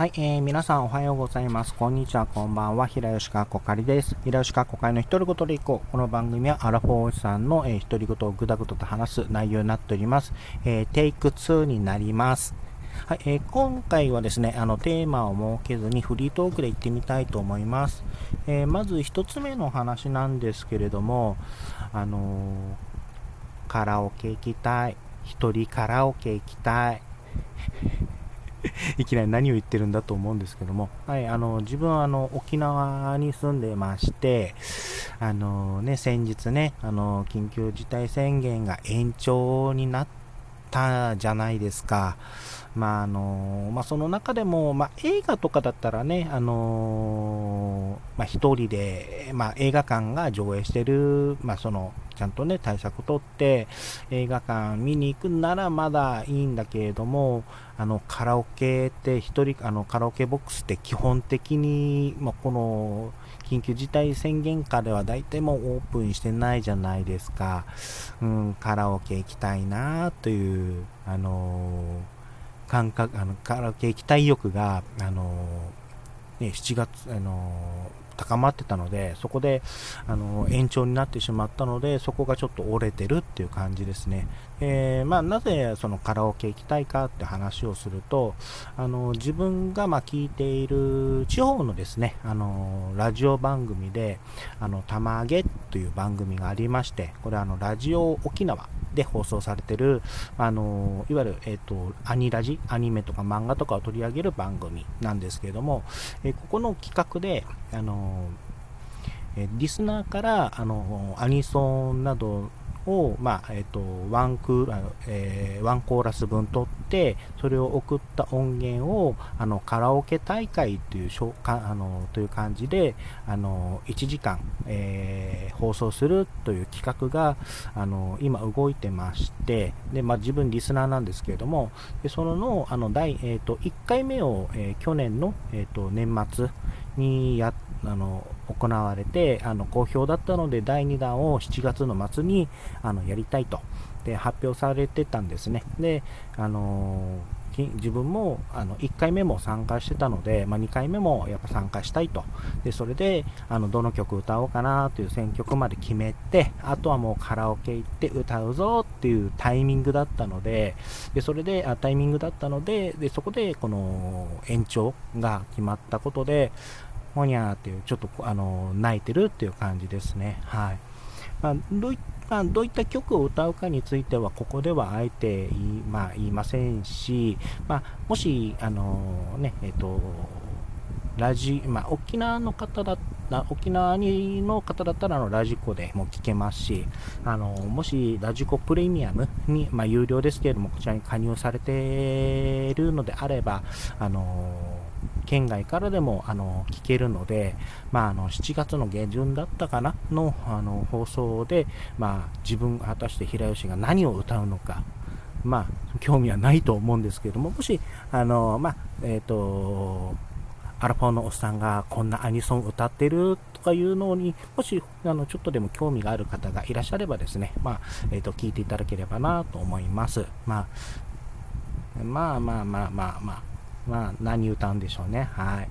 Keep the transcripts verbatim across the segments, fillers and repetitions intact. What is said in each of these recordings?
はい、えー、皆さんおはようございます。こんにちは、こんばんは。平吉川こかりです。平吉川こかりの独り言でいこう。この番組はアラフォーおじさんの、えー、独り言をぐだぐだと話す内容になっております。えー、テイクツーになります。はい、えー、今回はですね、あのテーマを設けずにフリートークで行ってみたいと思います。えー、まず一つ目の話なんですけれども、あのー、カラオケ行きたい。一人カラオケ行きたい。いきなり何を言ってるんだと思うんですけども、はい、あの自分はあの沖縄に住んでまして、あのね、先日ね、あの緊急事態宣言が延長になったじゃないですか。まああのまあ、その中でも、まあ、映画とかだったらね、あのまあ、一人で、まあ、映画館が上映してる、まあ、そのちゃんとね対策取って映画館見に行くならまだいいんだけれども、あのカラオケって一人あのカラオケボックスって基本的に、まあ、この緊急事態宣言下では大体もうオープンしてないじゃないですか。うん、カラオケ行きたいなというあの感覚、あのカラオケ行きたい欲があのね、しちがつ、あの高まってたので、そこで、あの延長になってしまったので、そこがちょっと折れてるっていう感じですね。えーまあ、なぜそのカラオケ行きたいかって話をすると、あの自分がまあ聞いている地方のですね、あのラジオ番組で、あのたまげという番組がありまして、これはあのラジオ沖縄で放送されている、あのいわゆる、えーと、アニラジ、アニメとか漫画とかを取り上げる番組なんですけれども、えーここの企画で、あのえーリスナーから、あのアニソンなどを、まあえー、とワンクー、えーワンコーラス分取ってそれを送った音源をあのカラオケ大会というしょかあのという感じであのいちじかん、えー放送するという企画があの今動いてまして、で、まあ、自分リスナーなんですけれども、でそののあの第、えー、といっかいめを、えー去年の、えー、と年末にやあの行われて、あの好評だったのでだいにだんをしちがつの末にあのやりたいとで発表されてたんですね。で、あの自分もあのいっかいめも参加してたので、まあ、にかいめもやっぱ参加したいと。でそれであのどの曲歌おうかなという選曲まで決めて、あとはもうカラオケ行って歌うぞっていうタイミングだったので、でそれであタイミングだったので、でそこでこの延長が決まったことで、ほにゃーっていうちょっとあの泣いてるっていう感じですね。はい。まあ、どういまあ、どういった曲を歌うかについてはここではあえて言い,、まあ、言いませんし、まあ、もしあのねえっ、とラジ、まあ、沖縄の方だ沖縄にの方だったらあのラジコでも聞けますし、あのもしラジコプレミアムに、まあ、有料ですけれどもこちらに加入されているのであれば、あの県外からでもあの聞けるので、まあ、あのしちがつの下旬だったかなの、あの放送で、まあ、自分果たして平吉が何を歌うのか、まあ、興味はないと思うんですけれども、もしあの、まあえーとアラフォーのおっさんがこんなアニソン歌ってるとかいうのにもしあのちょっとでも興味がある方がいらっしゃればですね、まあえー、と聞いていただければなと思います。まあ、まあまあまあまあまあまあ何歌うんでしょうね。はい。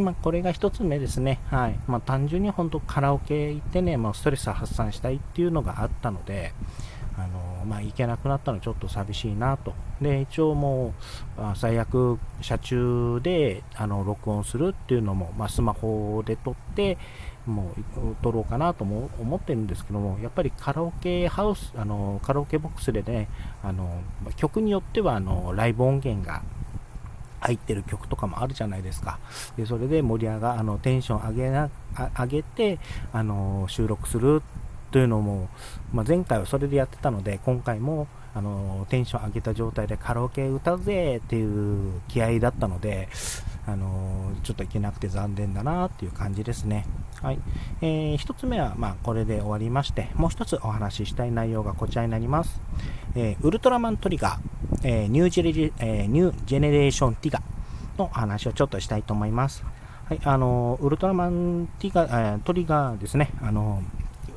まあ、これが一つ目ですね。はい。まあ、単純に本当カラオケ行ってね、まあ、ストレス発散したいっていうのがあったので、あのまあ、行けなくなったのちょっと寂しいなと。で、一応もう、あ最悪、車中であの録音するっていうのも、まあ、スマホで撮って、もう撮ろうかなとも思ってるんですけども、やっぱりカラオケハウス、あのカラオケボックスでね、あの曲によってはあのライブ音源が入ってる曲とかもあるじゃないですか。でそれで盛り上があのテンション上げな上げてあの収録するというのも、まあ、前回はそれでやってたので、今回もあのテンション上げた状態でカラオケ歌うぜっていう気合だったので、あのちょっと行けなくて残念だなっていう感じですね。はい。えー、一つ目はまあこれで終わりまして、もう一つお話ししたい内容がこちらになります。えー、ウルトラマントリガー、えー、ニュージェネレ、えー、ニュージェネレーションティガの話をちょっとしたいと思います。はい。あのウルトラマンティガ、えー、トリガーですね。あの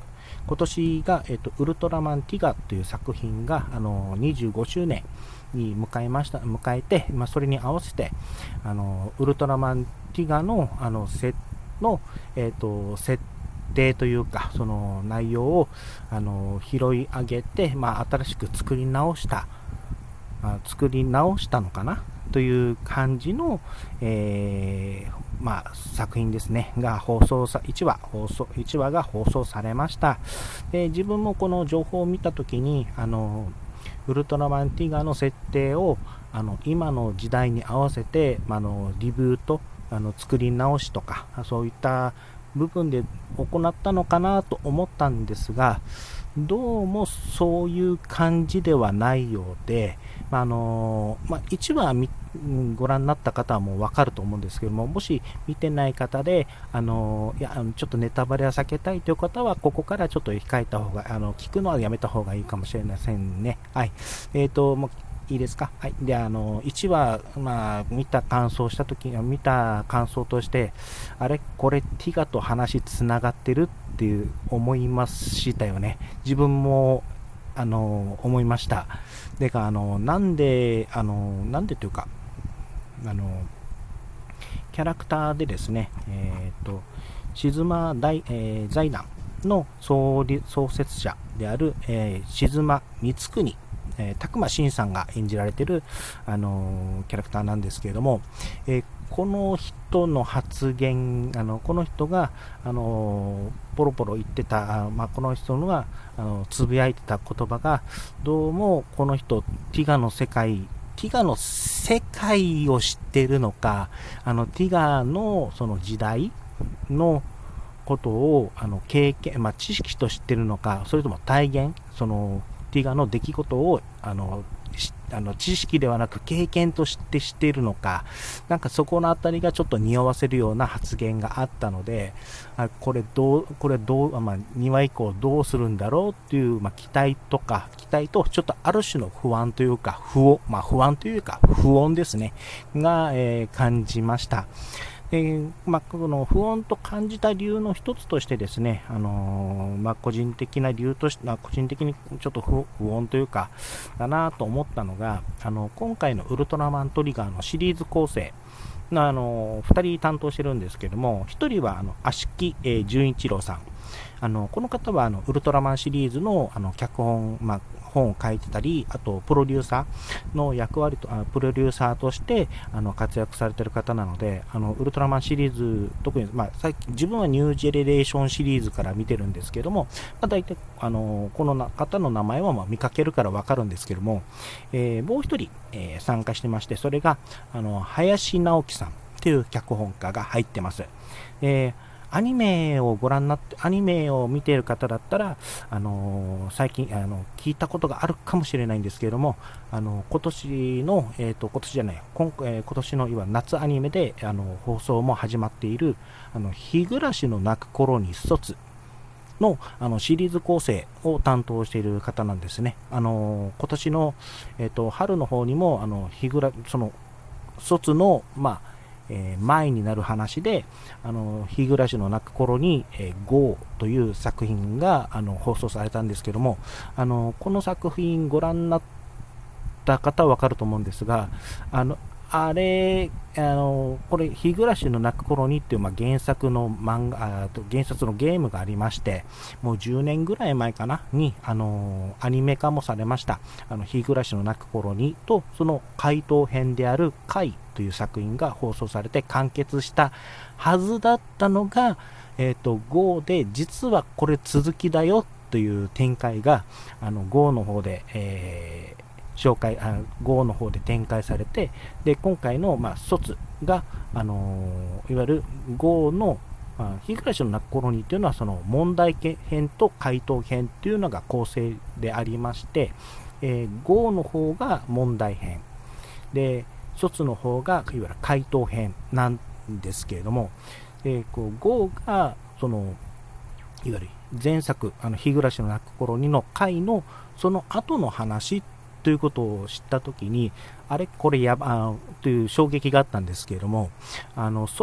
今年が、えっと、ウルトラマンティガという作品が、あのにじゅうごしゅうねんに迎えました、迎えて、まあ、それに合わせて、あのウルトラマンティガの、あの、せの、えっと、設定というか、その内容を、あの拾い上げて、まあ、新しく作り直した、まあ、作り直したのかなという感じの、えーまあ、作品ですねが放送さいちわ放送いちわが放送されました。で、自分もこの情報を見たときに、あのウルトラマンティガの設定をあの今の時代に合わせて、まあ、のリブート、あの作り直しとかそういった部分で行ったのかなと思ったんですが、どうもそういう感じではないようで、まああのまあ、いちわご覧になった方はもう分かると思うんですけども、もし見てない方で、あのいやちょっとネタバレは避けたいという方は、ここからちょっと控えた方が、あの聞くのはやめた方がいいかもしれませんね。はい。えーと、もういいですか。はい。で、あの、いちわ、まあ、見た感想したとき、見た感想として、あれ、これ、ティガと話つながってるっていう思いましたよね。自分も、あの、思いました。でか、あの、なんで、あの、なんでというか、あの、キャラクターでですね、えっ、ー、と、静間大、えー、財団の創創設者である、えー、静間光国、えー、拓磨真さんが演じられている、あのー、キャラクターなんですけれども、えー、この人の発言、あのこの人が、あのー、ポロポロ言ってた、あまあ、この人のが、あのつぶやいてた言葉が、どうもこの人、ティガの世界、ティガの世界を知っているのか、あのティガのその時代のことをあの経験、まあ、知識と知っているのか、それとも体現、そのティガの出来事をあのあの知識ではなく経験として知っているのか、なんかそこのあたりがちょっと匂わせるような発言があったので、あこれどうこれどう、まあ、にわ以降どうするんだろうっていう、まあ、期待とか期待とちょっとある種の不安というか不穏、まあ、不安というか不穏ですねが、えー、感じました。えーまあ、この不穏と感じた理由の一つとしてですね、あのーまあ、個人的な理由として、まあ、個人的にちょっと 不, 不穏というかだなと思ったのが、あの今回のウルトラマントリガーのシリーズ構成の、あのふたり担当してるんですけども、ひとりはあの芦木、えー、純一郎さん、あのこの方はあのウルトラマンシリーズ の, あの脚本、まあ、本を書いてたり、あとプロデューサーの役割と、あプロデューサーとしてあの活躍されている方なので、あのウルトラマンシリーズ、特に、まあ、最近自分はニュージェネレーションシリーズから見てるんですけども、まあ、大体あのこの方の名前はまあ見かけるからわかるんですけども、えー、もう一人、えー、参加してまして、それがあの林直樹さんという脚本家が入ってます。えーアニメをご覧になって、アニメを見ている方だったら、あのー、最近、あの、聞いたことがあるかもしれないんですけれども、あの、今年の、えっと、今年じゃない、今、えー、今年のいわ夏アニメで、あの、放送も始まっている、あの、日暮らしの泣く頃に卒の、あの、シリーズ構成を担当している方なんですね。あのー、今年の、えっと、春の方にも、あの、日暮ら、その、卒の、まあ、えー、前になる話で、あの日暮らしの泣く頃に、えー、ゴーという作品があの放送されたんですけども、あのこの作品ご覧になった方は分かると思うんですが、あのあれあのこれ日暮らしの泣く頃にっていう、まあ、原作の漫画あと原作のゲームがありまして、もうじゅうねんぐらい前かなにあのアニメ化もされました。あの日暮らしの泣く頃にとその回答編である回という作品が放送されて完結したはずだったのが、えっと ゴー で実はこれ続きだよという展開があの ゴー の方で、えー紹介、あ ゴー の方で展開されて、で今回の、まあ、卒が、あのー、いわゆる ゴー の、まあ、日暮らしの泣く頃にというのはその問題編と回答編というのが構成でありまして、えー、ゴー の方が問題編で卒の方がいわゆる回答編なんですけれども、えー、こう ゴー がそのいわゆる前作あの日暮らしの泣く頃にの回のその後の話ということを知ったときに、あれこれやばという衝撃があったんですけれども、あのそれ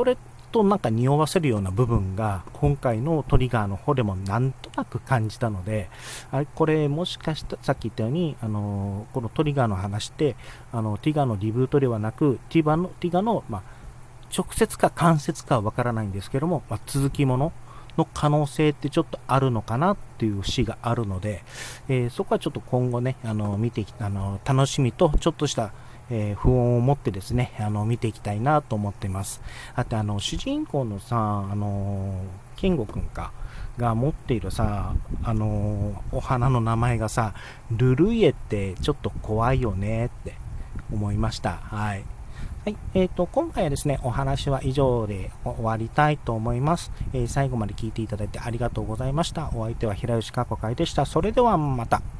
となんか匂わせるような部分が今回のトリガーの方でもなんとなく感じたので、あれこれもしかしたらさっき言ったようにあのこのトリガーの話ってあのティガのリブートではなくティバのティガの、まあ、直接か間接かはわからないんですけども、まあ、続きものの可能性ってちょっとあるのかなっていう節があるので、えー、そこはちょっと今後ねあの見てあの楽しみとちょっとしたえー、不穏を持ってですね、あの、見ていきたいなと思っています。あと、あの、主人公のさ、あのー、ケンゴくんか、が持っているさ、あのー、お花の名前がさ、ルルイエってちょっと怖いよねって思いました。はい。はい、えーと、今回はですね、お話は以上で終わりたいと思います。えー、最後まで聞いていただいてありがとうございました。お相手は平吉かこかいでした。それではまた。